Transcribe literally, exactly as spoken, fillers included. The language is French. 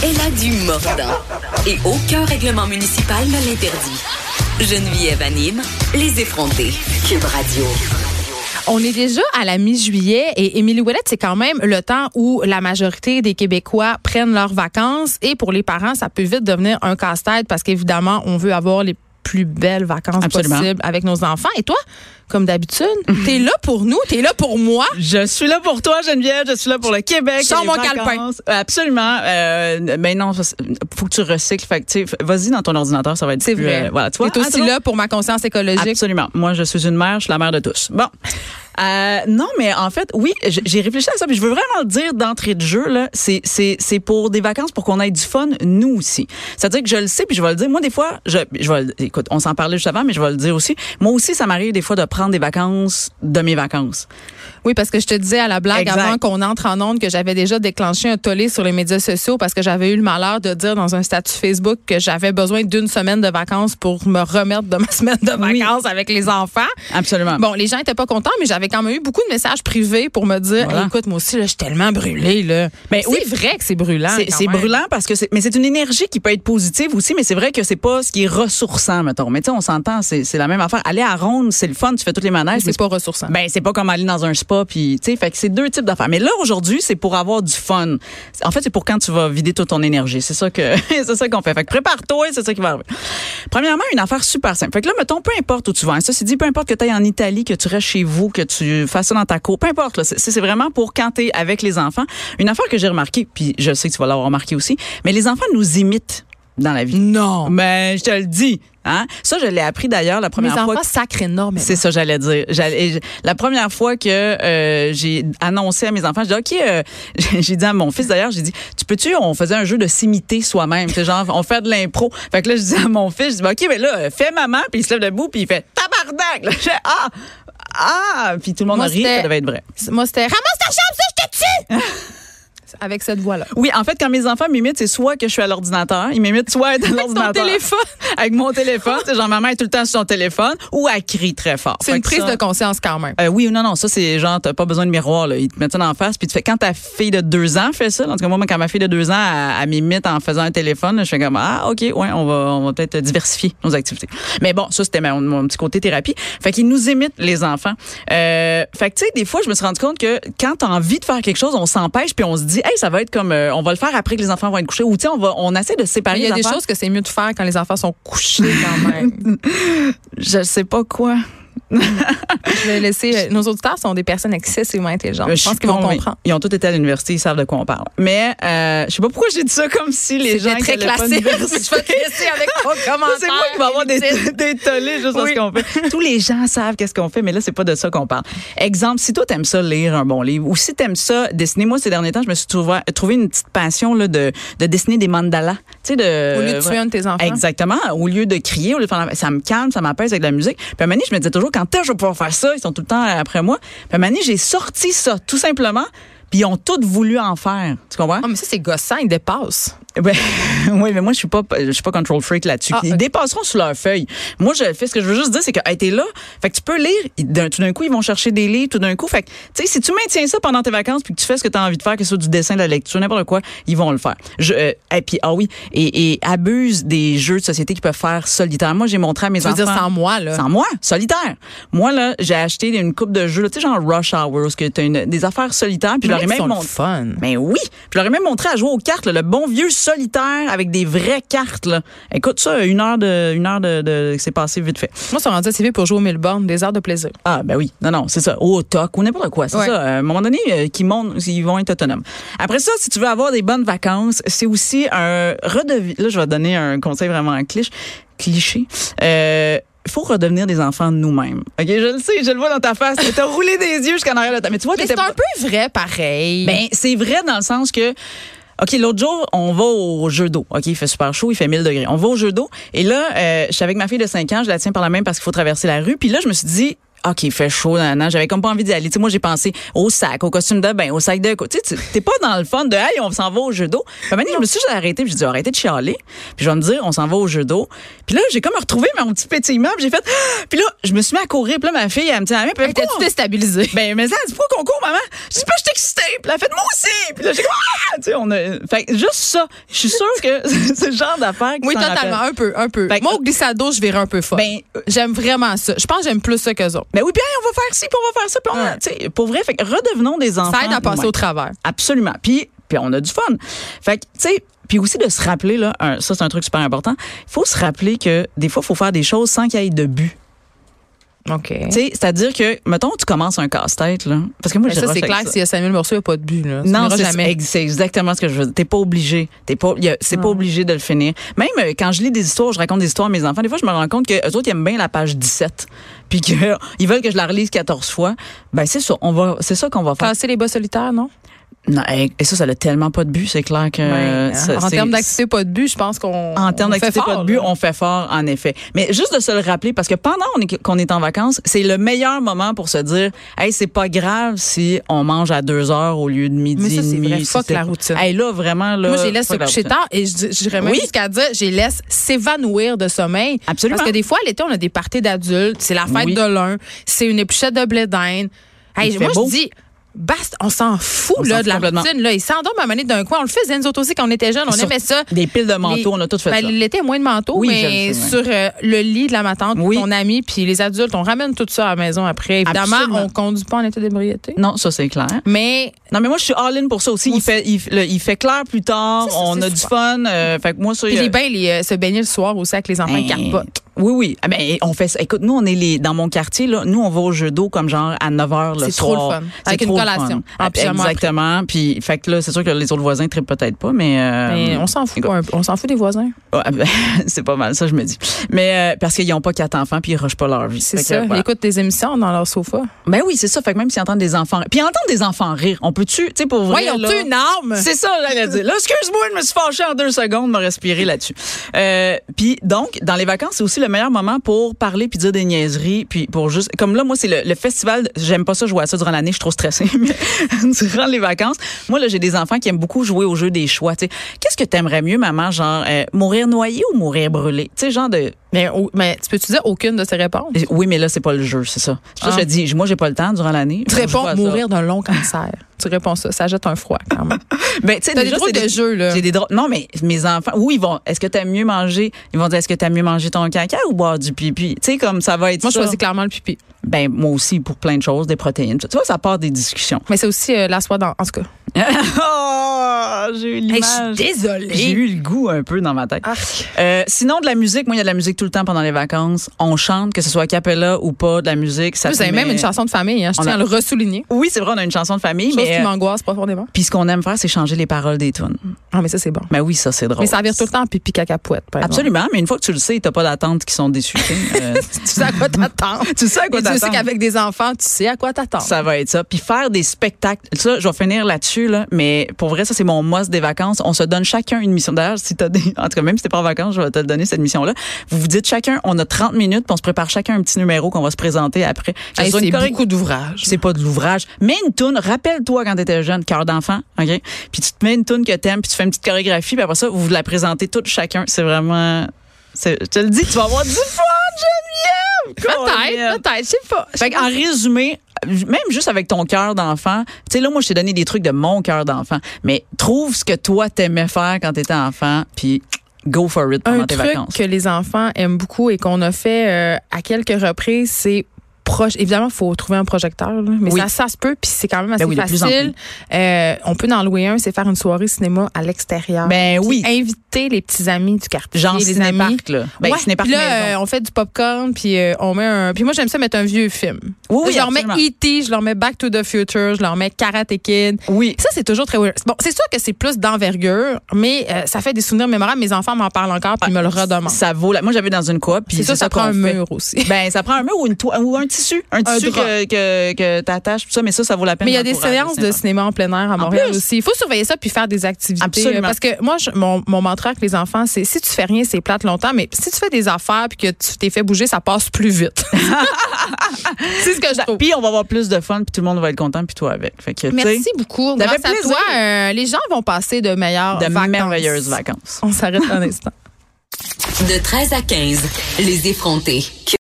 Elle a du mordant. Et aucun règlement municipal ne l'interdit. Geneviève anime Les effrontés. Cube Radio. On est déjà à la mi-juillet et Émilie Ouellette, c'est quand même le temps où la majorité des Québécois prennent leurs vacances et pour les parents, ça peut vite devenir un casse-tête parce qu'évidemment, on veut avoir les plus belles vacances Absolument. possibles avec nos enfants. Et toi, comme d'habitude, t'es là pour nous, t'es là pour moi. Je suis là pour toi, Geneviève. Je suis là pour le Québec. Sors les mon vacances. calepin. Absolument. Euh, ben non, faut que tu recycles. Fait que, tu sais, vas-y dans ton ordinateur, ça va être C'est plus, vrai. Euh, voilà, tu vois. T'es aussi Ah, là pour ma conscience écologique. Absolument. Moi, je suis une mère, je suis la mère de tous. Bon. Euh, non, mais en fait, oui, j'ai réfléchi à ça, puis je veux vraiment le dire d'entrée de jeu, là, c'est, c'est, c'est pour des vacances pour qu'on ait du fun, nous aussi. C'est-à-dire que je le sais, puis je vais le dire. Moi, des fois, je, je vais, écoute, on s'en parlait juste avant, mais je vais le dire aussi. Moi aussi, ça m'arrive des fois de prendre des vacances de mes vacances. Oui, parce que je te disais à la blague Exact. avant qu'on entre en onde que j'avais déjà déclenché un tollé sur les médias sociaux parce que j'avais eu le malheur de dire dans un statut Facebook que j'avais besoin d'une semaine de vacances pour me remettre de ma semaine de vacances Oui. avec les enfants. Absolument. Bon, les gens étaient pas contents, mais j'avais quand même eu beaucoup de messages privés pour me dire Voilà. hey, écoute, moi aussi, là, je suis tellement brûlée. Là. Ben, c'est oui. vrai que c'est brûlant. C'est, quand c'est même. brûlant parce que c'est, mais c'est une énergie qui peut être positive aussi, mais c'est vrai que c'est pas ce qui est ressourçant, mettons. Mais tu sais, on s'entend, c'est, c'est la même affaire. Aller à Ronde, c'est le fun, tu fais toutes les manèges. C'est pas ressourçant. Ben, c'est pas comme aller dans un spa, puis tu sais, fait que c'est deux types d'affaires. Mais là, aujourd'hui, c'est pour avoir du fun. En fait, c'est pour quand tu vas vider toute ton énergie. C'est ça que, c'est ça qu'on fait. Fait que prépare-toi, c'est ça qui va arriver. Premièrement, une affaire super simple. Fait que là, mettons, peu importe où tu vas. Ça, c'est dit, peu importe que tu ailles en Italie, que tu restes chez vous, que tu fasses ça dans ta cour, peu importe, là. C'est, c'est vraiment pour quand t'es avec les enfants. Une affaire que j'ai remarquée, puis je sais que tu vas l'avoir remarqué aussi, mais les enfants nous imitent dans la vie. Non. Mais je te le dis. Hein? Ça, je l'ai appris d'ailleurs la première Mes fois. enfants sacrent énormément. C'est ça, j'allais dire. J'allais, la première fois que euh, j'ai annoncé à mes enfants, j'ai dit, OK, euh, j'ai dit à mon fils d'ailleurs, j'ai dit, tu peux-tu, on faisait un jeu de s'imiter soi-même. C'est genre, on fait de l'impro. Fait que là, je dis à mon fils, je dis, OK, mais là, fais maman, puis il se lève debout, puis il fait tabarnak. Là, je fais, ah, ah, puis tout le monde Moi, a ri, c'était- ça devait être vrai. Moi, c'était ramasse ta chambre, ça, je te tue! Avec cette voix-là. Oui, en fait, quand mes enfants m'imitent, c'est soit que je suis à l'ordinateur, ils m'imitent soit être à l'ordinateur. Ton téléphone. Avec mon téléphone. C'est genre, maman est tout le temps sur son téléphone ou elle crie très fort. C'est Fait une que prise ça- de conscience quand même. Euh, oui ou non, non, ça, c'est genre, t'as pas besoin de miroir, là. Ils te mettent ça en face, puis tu fais, quand ta fille de deux ans fait ça, en tout cas, moi, quand ma fille de deux ans, elle, elle m'imite en faisant un téléphone, là, je fais comme, ah, OK, ouais, on va, on va peut-être diversifier nos activités. Mais bon, ça, c'était mon, mon petit côté thérapie. Fait qu'ils nous imitent, les enfants. Euh, fait que, tu sais, des fois, je me suis rendu compte que quand t'as envie de faire quelque chose, on s'empêche, puis on se dit, hey, ça va être comme, euh, on va le faire après que les enfants vont être couchés, ou tu sais, on va, on essaie de séparer Il y a les des affaires. choses que c'est mieux de faire quand les enfants sont couchés quand même. Je sais pas quoi. Je vais laisser. Nos auditeurs sont des personnes excessivement intelligentes. Je pense qu'ils vont Oui. comprendre. Ils ont tous été à l'université, ils savent de quoi on parle. Mais euh, je sais pas pourquoi j'ai dit ça comme si les gens C'était très qui allaient pas à classique. l'université- Je vais te laisser avec ton commentaire. C'est moi qui vais avoir des, des tollés juste Oui. parce qu'on fait. Tous les gens savent qu'est-ce qu'on fait, mais là, c'est pas de ça qu'on parle. Exemple, si toi, t'aimes ça lire un bon livre, ou si t'aimes ça dessiner, moi, ces derniers temps, je me suis trouvé, trouvé une petite passion là, de, de dessiner des mandalas. Tu sais, de. Au lieu de tuer un de tes enfants. Exactement. Au lieu de crier, au lieu de faire la- ça me calme, ça m'apaise avec la musique. Puis à un moment donné, je me disais toujours, quand est-ce que je vais pouvoir faire ça? Ils sont tout le temps après moi. Puis à un moment donné, j'ai sorti ça, tout simplement. Puis ils ont tous voulu en faire. Tu comprends? Ah, mais ça, c'est gossant, ils dépassent. Ben, oui, mais moi, je suis pas, je suis pas control freak là-dessus. Ah, Ils ok. dépasseront sur leur feuille. Moi, je fais ce que je veux juste dire, c'est que, hey, t'es là. Fait que tu peux lire. D'un, tout d'un coup, ils vont chercher des livres, tout d'un coup. Fait que, tu sais, si tu maintiens ça pendant tes vacances puis que tu fais ce que tu as envie de faire, que ce soit du dessin, de la lecture, n'importe quoi, ils vont le faire. Je, euh, et puis, ah oui, et, et abuse des jeux de société qu'ils peuvent faire solitaire. Moi, j'ai montré à mes Tu veux enfants. dire sans moi, là? Sans moi, solitaire. Moi, là, j'ai acheté une coupe de jeux, là, tu sais, genre Rush Hour, où que t'as une, des affaires solitaires, puis je leur ai Ils même sont le montré. fun. Ben oui. Puis je leur ai même montré à jouer aux cartes, là, le bon vieux solitaire avec des vraies cartes. Là. Écoute ça, une heure de, une heure de, de c'est passé vite fait. Moi, ça rendu assez vite pour jouer au Melbourne, des heures de plaisir. Ah ben oui, non non, c'est ça. Au toc ou n'importe quoi, c'est Ouais. ça. À un moment donné, euh, qu'ils montent, ils vont être autonomes. Après ça, si tu veux avoir des bonnes vacances, c'est aussi un redevi. Là, je vais donner un conseil vraiment cliché. Cliché. Euh, Il faut redevenir des enfants nous-mêmes. OK, je le sais, je le vois dans ta face. T'as roulé des yeux jusqu'en arrière de ta. Mais tu vois, Mais t'étais c'est un pas- peu vrai, pareil. Ben, c'est vrai dans le sens que, OK, l'autre jour, on va au jeu d'eau. OK, il fait super chaud, il fait mille degrés. On va au jeu d'eau. Et là, euh, je suis avec ma fille de cinq ans, je la tiens par la main parce qu'il faut traverser la rue. Puis là, je me suis dit, OK, il fait chaud, nan, nan. J'avais comme pas envie d'y aller. Tu sais, moi, j'ai pensé au sac, au costume de bain, au sac de... Tu sais, t'es pas dans le fun de « Hey, on s'en va au jeu d'eau ». Puis maintenant, je me suis juste arrêtée, puis j'ai dit « Arrêtez de chialer ». Puis je vais me dire « On s'en va au jeu d'eau ». Puis là, j'ai comme retrouvé mon petit pétillement, puis j'ai fait... Puis là, je me suis mis à courir, puis là, ma fille, elle me dit « Ah, mais pourquoi T'es-tu on... déstabilisée? Ben, mais ça, elle dit « Pourquoi qu'on court, maman? » Je dis « Pas, je suis excitée. » Puis elle a fait « Moi aussi. » Puis là, j'ai comme « Ah! » Tu sais, on a... Fait que juste ça, je suis sûre que c'est le genre d'affaire qui Oui, s'en totalement, rappelle. un peu, un peu. Fait que- Moi, au glissade d'eau, je verrais un peu fort. Ben, euh, J'aime vraiment ça. Je pense que j'aime plus ça qu'eux autres. Ben oui, puis hey, on va faire ci, puis on va faire ça, puis on a- Ouais. tu sais, pour vrai, fait que redevenons des enfants. Ça aide à passer nous-mêmes. au travers. Absolument. Puis, puis on a du fun. Fait que, tu sais, puis aussi de se rappeler, là, un- ça c'est un truc super important, il faut se rappeler que des fois, il faut faire des choses sans qu'il y ait de but. OK. Tu sais, c'est-à-dire que, mettons, tu commences un casse-tête, là. Parce que moi, Mais je ça, rush c'est avec clair que s'il y a Samuel Morceau, il n'y a pas de but. Là. Tu Non, n'iras c'est, jamais. ex- c'est exactement ce que je veux dire. T'es pas obligé. T'es pas, y a- c'est pas obligé de le finir. Même euh, quand je lis des histoires, je raconte des histoires à mes enfants, des fois, je me rends compte que eux autres, ils aiment bien la page dix-sept. Puis qu'ils veulent que je la relise quatorze fois. Ben, c'est ça. On va, c'est ça qu'on va faire. Casser les bas solitaires, non? Non, et et ça, ça n'a tellement pas de but. C'est clair que, Ouais. ça, en c'est- termes d'activité, pas de but, je pense qu'on. En termes on fait d'activité, pas fort, de but, là. on fait fort, en effet. Mais juste de se le rappeler, parce que pendant on est- qu'on est en vacances, c'est le meilleur moment pour se dire, hey, c'est pas grave si on mange à deux heures au lieu de midi Mais ça, c'est et demi. vrai. si Fuck c'est- la routine. Hey, là, vraiment, là. Moi, je les laisse se fuck la coucher routine. tard et je dis- j'irais même Oui. jusqu'à dire, je les laisse s'évanouir de sommeil. Absolument. Parce que des fois, l'été, on a des parties d'adultes, c'est la fête Oui. de l'un, c'est une épluchette de blé d'Inde. Hey, Il moi, fait beau. je dis, basta, on s'en fout, On là, s'en de fout la complètement. routine. Là. Ils s'endorment à mener d'un coin. On le faisait, nous autres aussi, quand on était jeunes. On Sur- aimait ça. Des piles de manteaux, Les- on a tout fait ben, ça. L'été, moins de manteaux, Oui, mais je le sais, sur euh, le lit de la matante, Oui. ton ami, puis les adultes, on ramène tout ça à la maison après. Évidemment, Absolument. on conduit pas en état d'ébriété. Non, ça, c'est clair. Mais Non, mais moi, je suis all-in pour ça aussi. Moi Il fait, il, le- il fait clair plus tard. C'est ça, on c'est a du super. fun. euh, fait que moi, ça, puis il y a- les bains, les, euh, se baigner le soir aussi avec les enfants, ils Ben, capotent. Oui, oui. Ah, ben, on fait ça. Écoute, nous, on est les, dans mon quartier, là. Nous, on va au jeu d'eau comme genre à neuf heures le C'est soir. trop le fun. C'est Avec une trop le collation. fun. En pyjama après. Exactement. Puis, fait que là, c'est sûr que les autres voisins trippent peut-être pas, mais. euh, Mais on s'en fout écoute, un peu. On s'en fout des voisins. ouais, ben, c'est pas mal, ça, je me dis. Mais, euh, parce qu'ils n'ont pas quatre enfants puis ils rushent pas leur vie. C'est Fait que, ça. Ils voilà. écoutent des émissions dans leur sofa. Ben oui, c'est ça. Fait que même s'ils entendent des enfants. Puis, entendre des enfants rire, on peut-tu, tu sais, pour vrai. Ouais, ils ont là, une arme. C'est ça, j'allais dire. Là, excuse-moi, je me suis fâchée en deux secondes, me respirer là-dessus. Euh, puis donc, dans les vacances, c'est aussi le meilleur moment pour parler puis dire des niaiseries, puis pour juste, comme là, moi, c'est le, le festival. J'aime pas ça jouer à ça durant l'année, je suis trop stressée. Mais durant les vacances, moi là, j'ai des enfants qui aiment beaucoup jouer au jeu des choix. Tu sais, qu'est-ce que t'aimerais mieux, maman, genre euh, mourir noyé ou mourir brûlé? Tu sais, genre de. Mais, oh, mais tu peux-tu dire aucune de ces réponses? Oui, mais là, c'est pas le jeu, c'est ça. C'est pour ça Ah. que je dis, moi, j'ai pas le temps durant l'année. Tu Je joue réponds à ça. mourir d'un long cancer. Tu réponds ça. Ça jette un froid, quand même. Ben, tu sais, T'as des déjà, drôles c'est de jeux, là. J'ai des drôles. Non, mais mes enfants, oui, ils vont. Est-ce que t'aimes mieux manger? Ils vont dire, est-ce que t'aimes mieux manger ton caca ou boire du pipi? Tu sais, comme ça va être Moi, je ça. choisis clairement le pipi. Ben, moi aussi, pour plein de choses, des protéines. Tu vois, ça part des discussions. Mais c'est aussi euh, la soie dans. En tout cas. oh, j'ai eu Hey, l'image. je suis désolée. J'ai eu le goût un peu dans ma tête. Arc. Euh, sinon, de la musique, moi, il y a de la musique tout le temps pendant les vacances. On chante, que ce soit a cappella ou pas, de la musique. Ça Vous avez te même met- une chanson de famille, hein. Je On tiens a- à le ressouligner. Oui, c'est vrai, on a une chanson de famille, Chose mais. qui euh, m'angoisse profondément. Puis ce qu'on aime faire, c'est changer les paroles des tunes. Ah, mais ça, c'est bon. Ben oui, ça, c'est drôle. Mais ça vire tout le temps en pipi cacapouette, par exemple. Absolument, mais une fois que tu le sais, t'as pas d'attente qui sont déçues. tu sais. Euh, Tu sais à quoi t'attends. tu sais à quoi Et tu sais t'attendre. qu'avec des enfants, tu sais à quoi t'attends. Ça va être ça. Puis faire des spectacles. Ça, je vais finir là-dessus, là. Mais pour vrai, ça, c'est mon must des vacances. On se donne chacun une mission. D'ailleurs, si t'as des, en tout cas, même si t'es pas en vacances, je vais te le donner, cette mission-là. Vous vous dites chacun, on a trente minutes, puis on se prépare chacun un petit numéro qu'on va se présenter après. Que ce Hey, soit c'est une choré- beaucoup d'ouvrages. C'est pas de l'ouvrage. Mais une toune, rappelle-toi quand t'étais jeune, cœur d'enfant, OK? Puis tu te mets une toune que t'aimes, puis tu fais une petite chorégraphie, puis après ça, vous la présentez toutes chacun. C'est vraiment, c'est, je te le dis, tu vas avoir du fun, Geneviève! Peut-être, peut-être, je sais pas. Fait qu'en résumé, même juste avec ton cœur d'enfant, tu sais, là, moi, je t'ai donné des trucs de mon cœur d'enfant, mais trouve ce que toi, t'aimais faire quand t'étais enfant, puis go for it pendant Un tes truc vacances. que les enfants aiment beaucoup et qu'on a fait euh, à quelques reprises, c'est proche. Évidemment, il faut trouver un projecteur, là, mais Oui. ça, ça se peut, puis c'est quand même assez Ben oui, de plus en facile. Euh, on peut en louer un, c'est faire une soirée cinéma à l'extérieur. Ben Puis oui. inviter les petits amis du quartier, Genre les amis. cinéparc, là. Ben, Ouais, cinéparc puis là, maison. euh, on fait du popcorn, puis euh, on met un. Puis moi, j'aime ça mettre un vieux film. Oui, oui, je leur mets absolument. E T, je leur mets Back to the Future, je leur mets Karate Kid. Oui. Ça, c'est toujours très weird. Bon, c'est sûr que c'est plus d'envergure, mais euh, ça fait des souvenirs mémorables. Mes enfants m'en parlent encore, puis ils me le redemandent. Ça vaut la... Moi, j'avais dans une coop, puis C'est ça, ça prend qu'on un fait. mur aussi. Ben, ça prend un mur ou, une toi- ou un tissu. Un tissu drap. que, que, que t'attaches, tout ça, mais ça, ça vaut la peine. Mais il y a des d'encourager séances le de cinéma. cinéma en plein air à Montréal plus. aussi. Il faut surveiller ça puis faire des activités. Absolument. Parce que moi, je- mon, mon mantra avec les enfants, c'est si tu fais rien, c'est plate longtemps, mais si tu fais des affaires puis que tu t'es fait bouger, ça passe plus vite. C'est ce que je trouve. Puis on va avoir plus de fun, puis tout le monde va être content, puis toi avec. Fait que, merci beaucoup. ça Grâce fait à plaisir. toi, euh, les gens vont passer de meilleures de vacances. merveilleuses vacances. On s'arrête un instant. De treize à quinze, les effrontés.